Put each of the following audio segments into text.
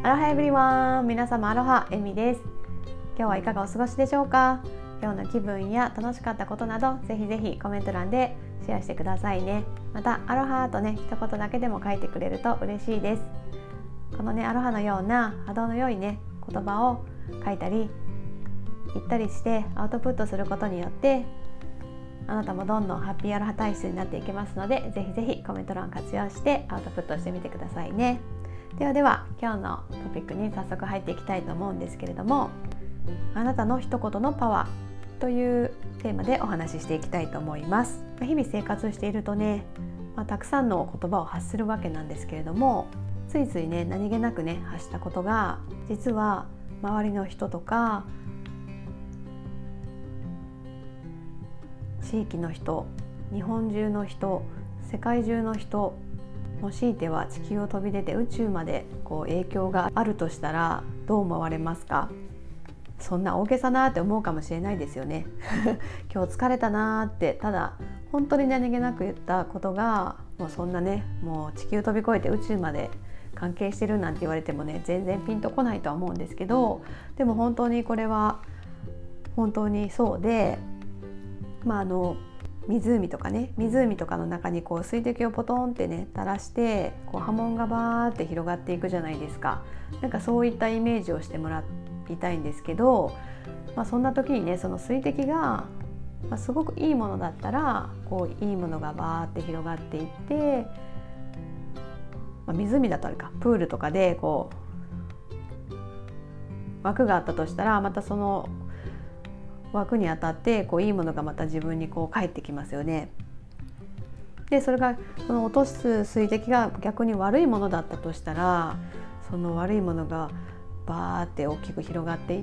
アロハエブリワン、皆様アロハ、エミです。今日はいかがお過ごしでしょうか。今日の気分や楽しかったことなどぜひぜひコメント欄でシェアしてくださいね。またアロハとね一言だけでも書いてくれると嬉しいです。このねアロハのような波動の良いね言葉を書いたり言ったりしてアウトプットすることによってあなたもどんどんハッピーアロハ体質になっていきますので、ぜひぜひコメント欄活用してアウトプットしてみてくださいね。では今日のトピックに早速入っていきたいと思うんですけれども、あなたの一言のパワーというテーマでお話ししていきたいと思います。日々生活しているとね、たくさんの言葉を発するわけなんですけれども、ついついね何気なくね発したことが実は周りの人とか地域の人、日本中の人、世界中の人、もしいては地球を飛び出て宇宙まで影響があるとしたらどう思われますか？そんな大げさなって思うかもしれないですよね今日疲れたなって、ただ本当に何気なく言ったことがもうそんなね、もう地球飛び越えて宇宙まで関係してるなんて言われてもね全然ピンとこないとは思うんですけど、でも本当にこれは本当にそうで、湖とかね、湖とかの中に水滴をポトンってね垂らして波紋がバーって広がっていくじゃないですか。なんかそういったイメージをしてもらいたいんですけど、そんな時にねその水滴が、すごくいいものだったらいいものがバーって広がっていって、湖だとあれかプールとかで枠があったとしたら、またその枠に当たっていいものがまた自分に返ってきますよね。でそれがその落とす水滴が逆に悪いものだったとしたら、その悪いものがバーって大きく広がっていって、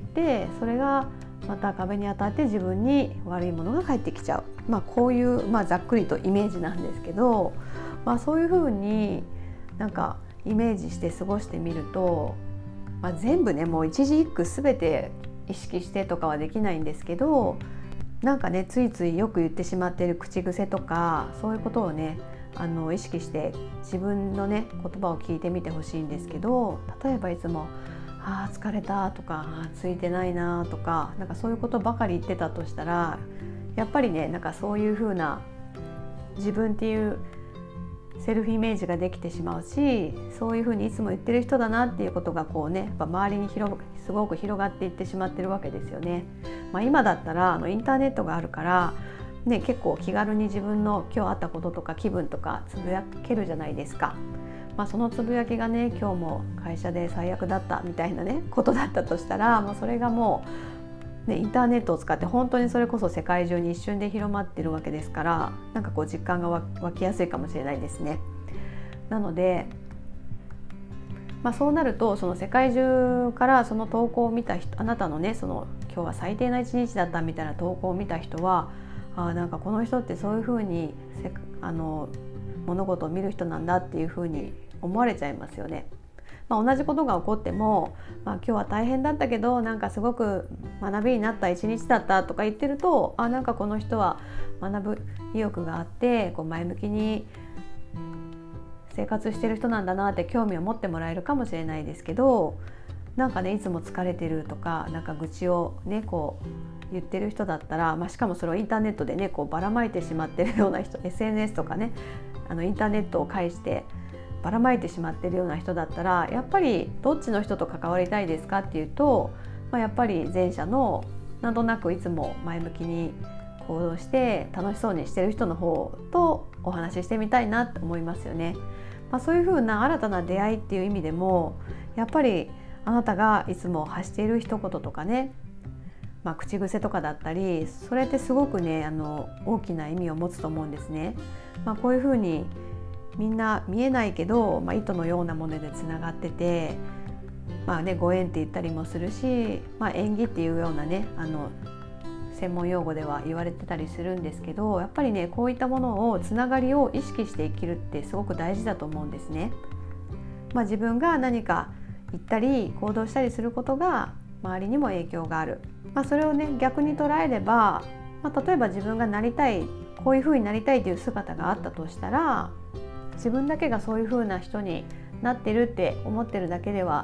それがまた壁に当たって自分に悪いものが返ってきちゃう、こういう、ざっくりとイメージなんですけど、そういうふうになんかイメージして過ごしてみると、全部ねもう一字一句全て意識してとかはできないんですけど、なんかねついついよく言ってしまっている口癖とかそういうことをね意識して自分のね言葉を聞いてみてほしいんですけど、例えばいつも疲れたとかついてないなとか、なんかそういうことばかり言ってたとしたら、やっぱりねなんかそういう風な自分っていうセルフイメージができてしまうし、そういうふうにいつも言ってる人だなっていうことがやっぱ周りにすごく広がっていってしまってるわけですよね。今だったらインターネットがあるから、ね、結構気軽に自分の今日あったこととか気分とかつぶやけるじゃないですか。そのつぶやきがね今日も会社で最悪だったみたいなねことだったとしたら、それがもうインターネットを使って本当にそれこそ世界中に一瞬で広まってるわけですから、なんか実感が湧きやすいかもしれないですね。なので、そうなるとその世界中からその投稿を見た人、あなたのねその今日は最低な一日だったみたいな投稿を見た人は、なんかこの人ってそういうふうに物事を見る人なんだっていうふうに思われちゃいますよね。同じことが起こっても、今日は大変だったけどなんかすごく学びになった一日だったとか言ってると、なんかこの人は学ぶ意欲があって前向きに生活してる人なんだなって興味を持ってもらえるかもしれないですけど、なんかねいつも疲れてるとかなんか愚痴をね言ってる人だったら、しかもそれをインターネットでねばらまいてしまってるような人、 SNS とかねインターネットを介してばらまいてしまってるような人だったら、やっぱりどっちの人と関わりたいですかっていうと、やっぱり前者のなんとなくいつも前向きに行動して楽しそうにしてる人の方とお話ししてみたいなって思いますよね。そういう風な新たな出会いっていう意味でも、やっぱりあなたがいつも発している一言とかね、口癖とかだったり、それってすごくね大きな意味を持つと思うんですね。こういう風にみんな見えないけど、糸のようなものでつながってて、ご縁って言ったりもするし、縁起っていうようなね専門用語では言われてたりするんですけど、やっぱりねこういったものをつながりを意識して生きるってすごく大事だと思うんですね。自分が何か言ったり行動したりすることが周りにも影響がある。それをね逆に捉えれば、例えば自分がなりたい、こういう風になりたいという姿があったとしたら、自分だけがそういう風な人になってるって思ってるだけでは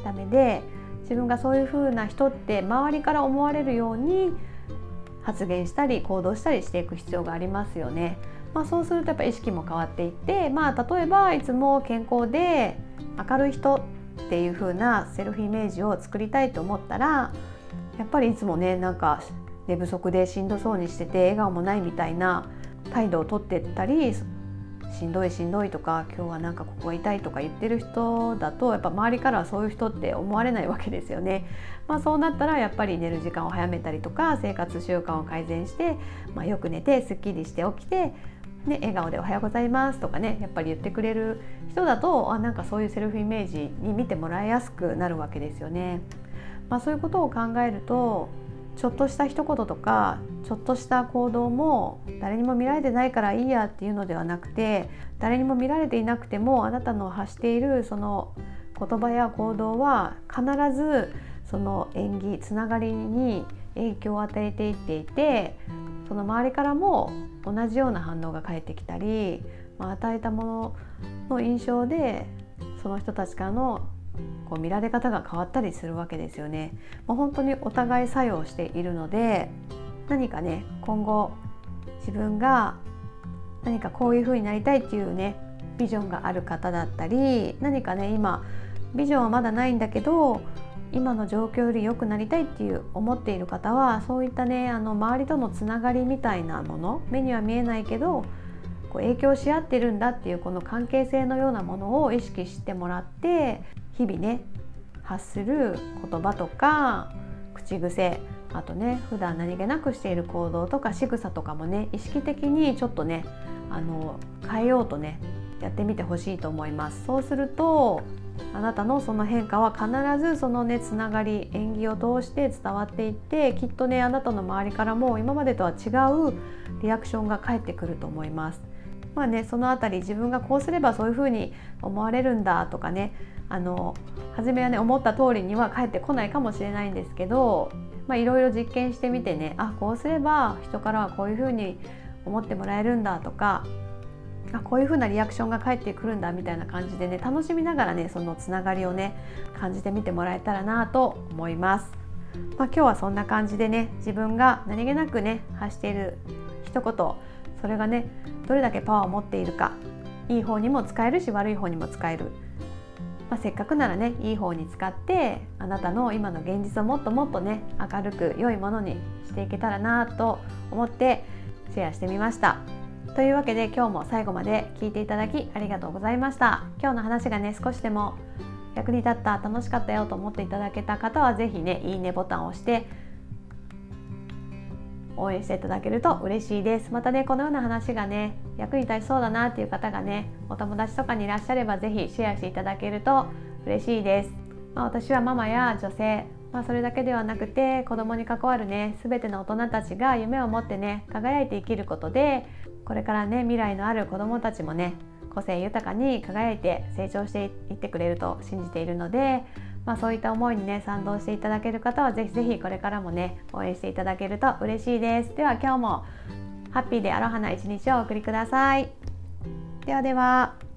ダメで、自分がそういう風な人って周りから思われるように発言したり行動したりしていく必要がありますよね。そうするとやっぱ意識も変わっていって、例えばいつも健康で明るい人っていう風なセルフイメージを作りたいと思ったら、やっぱりいつもねなんか寝不足でしんどそうにしてて笑顔もないみたいな態度をとってったり、しんどいしんどいとか今日はなんかここが痛いとか言ってる人だと、やっぱ周りからはそういう人って思われないわけですよね。そうなったらやっぱり寝る時間を早めたりとか生活習慣を改善して、よく寝てすっきりして起きて、笑顔でおはようございますとかねやっぱり言ってくれる人だと、なんかそういうセルフイメージに見てもらいやすくなるわけですよね。そういうことを考えると、ちょっとした一言とかちょっとした行動も誰にも見られてないからいいやっていうのではなくて、誰にも見られていなくてもあなたの発しているその言葉や行動は必ずその縁起つながりに影響を与えていっていて、その周りからも同じような反応が返ってきたり、与えたものの印象でその人たちからの見られ方が変わったりするわけですよね。本当にお互い作用しているので、何かね今後自分が何かこういう風になりたいっていうねビジョンがある方だったり、何かね今ビジョンはまだないんだけど今の状況より良くなりたいっていう思っている方は、そういったね周りとのつながりみたいなもの、目には見えないけど影響し合ってるんだっていうこの関係性のようなものを意識してもらって、日々ね発する言葉とか口癖、あとね普段何気なくしている行動とか仕草とかもね意識的にちょっとね変えようとねやってみてほしいと思います。そうするとあなたのその変化は必ずそのねつながり、縁起を通して伝わっていって、きっとねあなたの周りからも今までとは違うリアクションが返ってくると思います。そのあたり自分がこうすればそういう風に思われるんだとかね、初めはね思った通りには返ってこないかもしれないんですけど、いろいろ実験してみてね、こうすれば人からはこういう風に思ってもらえるんだとか、こういう風なリアクションが返ってくるんだみたいな感じでね楽しみながらねそのつながりをね感じてみてもらえたらなと思います。今日はそんな感じでね、自分が何気なくね発している一言、それがねどれだけパワーを持っているか、いい方にも使えるし悪い方にも使える、せっかくならねいい方に使ってあなたの今の現実をもっともっとね明るく良いものにしていけたらなと思ってシェアしてみました。というわけで今日も最後まで聞いていただきありがとうございました。今日の話がね少しでも役に立った、楽しかったよと思っていただけた方はぜひねいいねボタンを押して応援していただけると嬉しいです。またねこのような話がね役に立ちそうだなっていう方がねお友達とかにいらっしゃればぜひシェアしていただけると嬉しいです。私はママや女性、それだけではなくて子供に関わるね全ての大人たちが夢を持ってね輝いて生きることで、これからね未来のある子供たちもね個性豊かに輝いて成長していってくれると信じているので、そういった思いにね賛同していただける方はぜひぜひこれからもね応援していただけると嬉しいです。では今日もハッピーでアロハな一日をお送りください。ではでは。